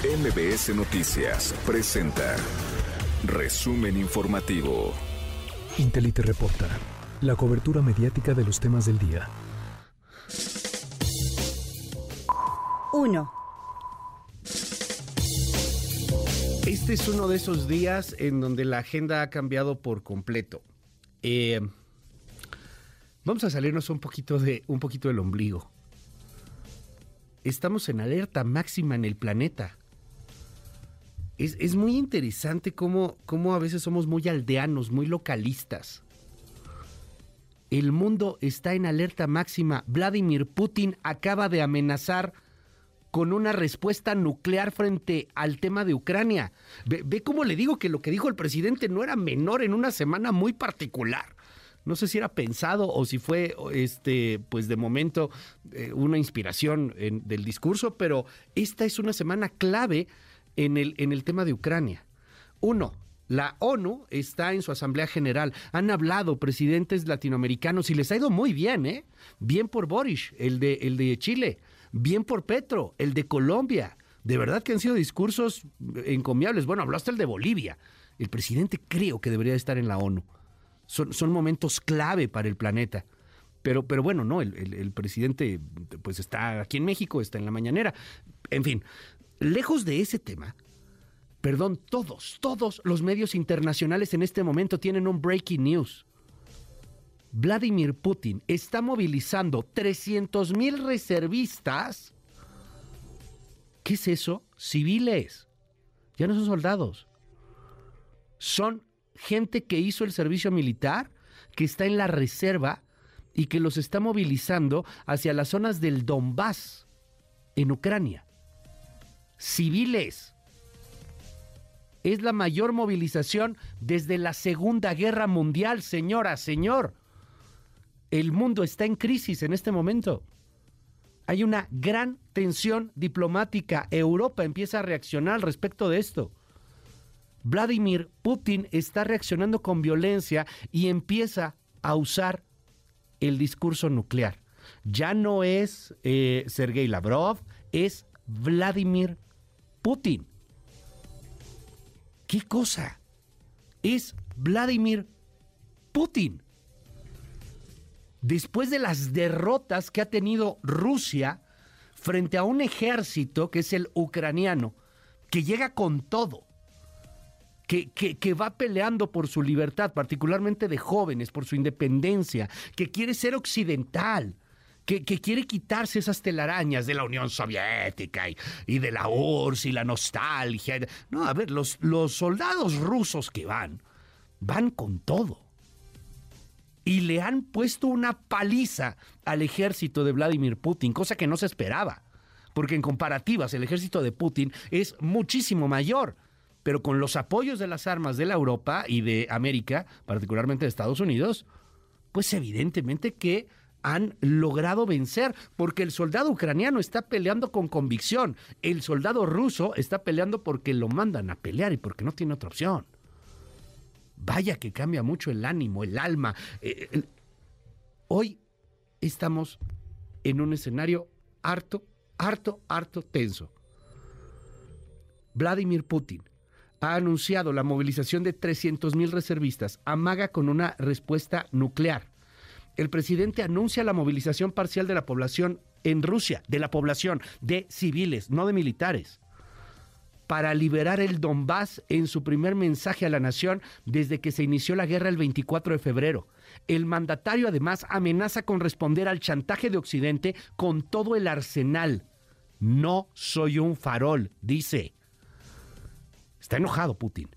MBS Noticias presenta Resumen Informativo. Intelite reporta la cobertura mediática de los temas del día. 1. Este es uno de esos días en donde la agenda ha cambiado por completo. Vamos a salirnos un poquito del ombligo. Estamos en alerta máxima en el planeta. Es muy interesante cómo a veces somos muy aldeanos, muy localistas. El mundo está en alerta máxima. Vladimir Putin acaba de amenazar con una respuesta nuclear frente al tema de Ucrania. Ve cómo le digo que lo que dijo el presidente no era menor en una semana muy particular. No sé si era pensado o si fue, pues de momento, una inspiración del discurso, pero esta es una semana clave en el tema de Ucrania. 1. La ONU está en su Asamblea General. Han hablado presidentes latinoamericanos y les ha ido muy bien, ¿eh? Bien por Boric, el de Chile. Bien por Petro, el de Colombia. De verdad que han sido discursos encomiables. Bueno, habló hasta el de Bolivia. El presidente creo que debería estar en la ONU. Son momentos clave para el planeta. Pero bueno, no, el presidente pues está aquí en México, está en la mañanera. En fin, lejos de ese tema, todos los medios internacionales en este momento tienen un breaking news. Vladimir Putin está movilizando 300,000 reservistas. ¿Qué es eso? Civiles. Ya no son soldados. Son gente que hizo el servicio militar, que está en la reserva y que los está movilizando hacia las zonas del Donbass, en Ucrania. Civiles. Es la mayor movilización desde la Segunda Guerra Mundial, señora, señor. El mundo está en crisis en este momento. Hay una gran tensión diplomática. Europa empieza a reaccionar al respecto de esto. Vladimir Putin está reaccionando con violencia y empieza a usar el discurso nuclear. Ya no es Sergei Lavrov, es Vladimir Putin. ¿Qué cosa? Es Vladimir Putin. Después de las derrotas que ha tenido Rusia frente a un ejército que es el ucraniano, que llega con todo, que va peleando por su libertad, particularmente de jóvenes, por su independencia, que quiere ser occidental, que quiere quitarse esas telarañas de la Unión Soviética y de la URSS y la nostalgia. No, a ver, los soldados rusos que van con todo. Y le han puesto una paliza al ejército de Vladimir Putin, cosa que no se esperaba, porque en comparativas el ejército de Putin es muchísimo mayor. Pero con los apoyos de las armas de la Europa y de América, particularmente de Estados Unidos, pues evidentemente que han logrado vencer, porque el soldado ucraniano está peleando con convicción, el soldado ruso está peleando porque lo mandan a pelear y porque no tiene otra opción. Vaya que cambia mucho el ánimo, el alma. Hoy estamos en un escenario harto tenso. Vladimir Putin ha anunciado la movilización de 300,000 reservistas, amaga con una respuesta nuclear. El presidente anuncia la movilización parcial de la población en Rusia, de civiles, no de militares, para liberar el Donbass en su primer mensaje a la nación desde que se inició la guerra el 24 de febrero. El mandatario además amenaza con responder al chantaje de Occidente con todo el arsenal. No soy un farol, dice. Está enojado Putin.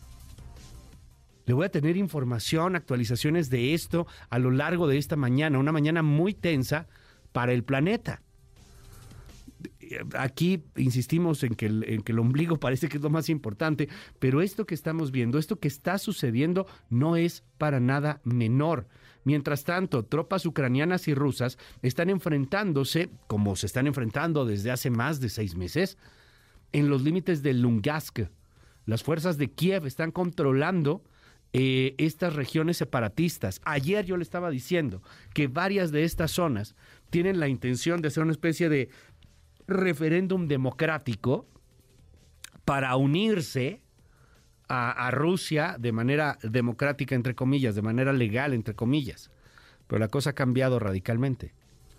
Le voy a tener información, actualizaciones de esto a lo largo de esta mañana, una mañana muy tensa para el planeta. Aquí insistimos en que el ombligo parece que es lo más importante, pero esto que estamos viendo, esto que está sucediendo no es para nada menor. Mientras tanto, tropas ucranianas y rusas están enfrentándose, como se están enfrentando desde hace más de 6 meses, en los límites de Lugansk. Las fuerzas de Kiev están controlando estas regiones separatistas. Ayer yo le estaba diciendo que varias de estas zonas tienen la intención de hacer una especie de referéndum democrático para unirse a Rusia de manera democrática, entre comillas, de manera legal, entre comillas. Pero la cosa ha cambiado radicalmente.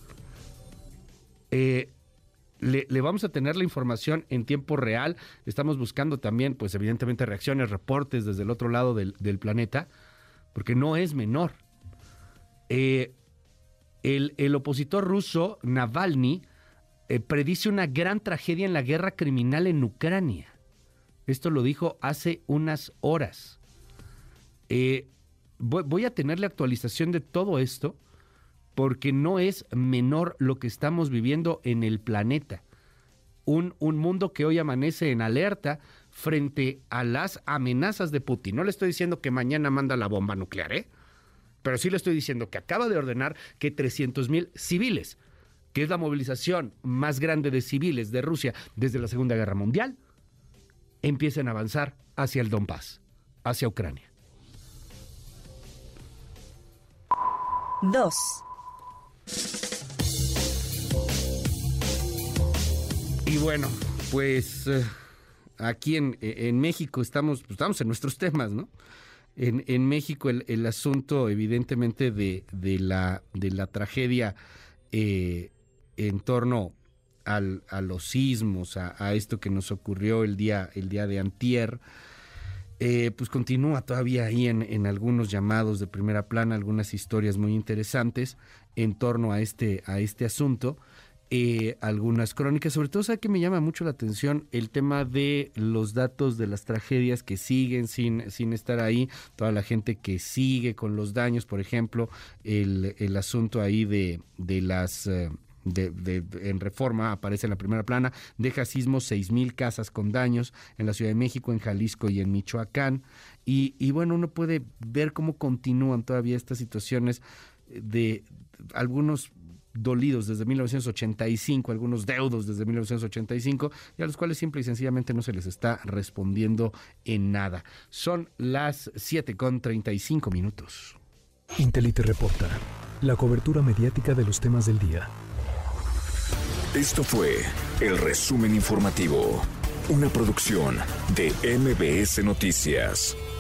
Le vamos a tener la información en tiempo real. Estamos buscando también, pues evidentemente, reacciones, reportes desde el otro lado del planeta, porque no es menor. El opositor ruso, Navalny, predice una gran tragedia en la guerra criminal en Ucrania. Esto lo dijo hace unas horas. Voy a tener la actualización de todo esto, porque no es menor lo que estamos viviendo en el planeta. Un mundo que hoy amanece en alerta frente a las amenazas de Putin. No le estoy diciendo que mañana manda la bomba nuclear, pero sí le estoy diciendo que acaba de ordenar que 300,000 civiles, que es la movilización más grande de civiles de Rusia desde la Segunda Guerra Mundial, empiecen a avanzar hacia el Donbass, hacia Ucrania. 2. Y bueno, pues aquí en México estamos en nuestros temas, ¿no? En México el asunto evidentemente de la tragedia en torno a los sismos, a esto que nos ocurrió el día de antier, pues continúa todavía ahí en algunos llamados de primera plana, algunas historias muy interesantes en torno a este asunto. Algunas crónicas, sobre todo, ¿sabe qué me llama mucho la atención? El tema de los datos de las tragedias que siguen sin estar ahí, toda la gente que sigue con los daños, por ejemplo, el asunto ahí de las... en Reforma aparece en la primera plana, deja sismos 6,000 casas con daños en la Ciudad de México, en Jalisco y en Michoacán, y bueno, uno puede ver cómo continúan todavía estas situaciones de algunos dolidos desde 1985, algunos deudos desde 1985, y a los cuales simple y sencillamente no se les está respondiendo en nada. Son las 7:35. Intelite reporta, la cobertura mediática de los temas del día. Esto fue el resumen informativo, una producción de MBS Noticias.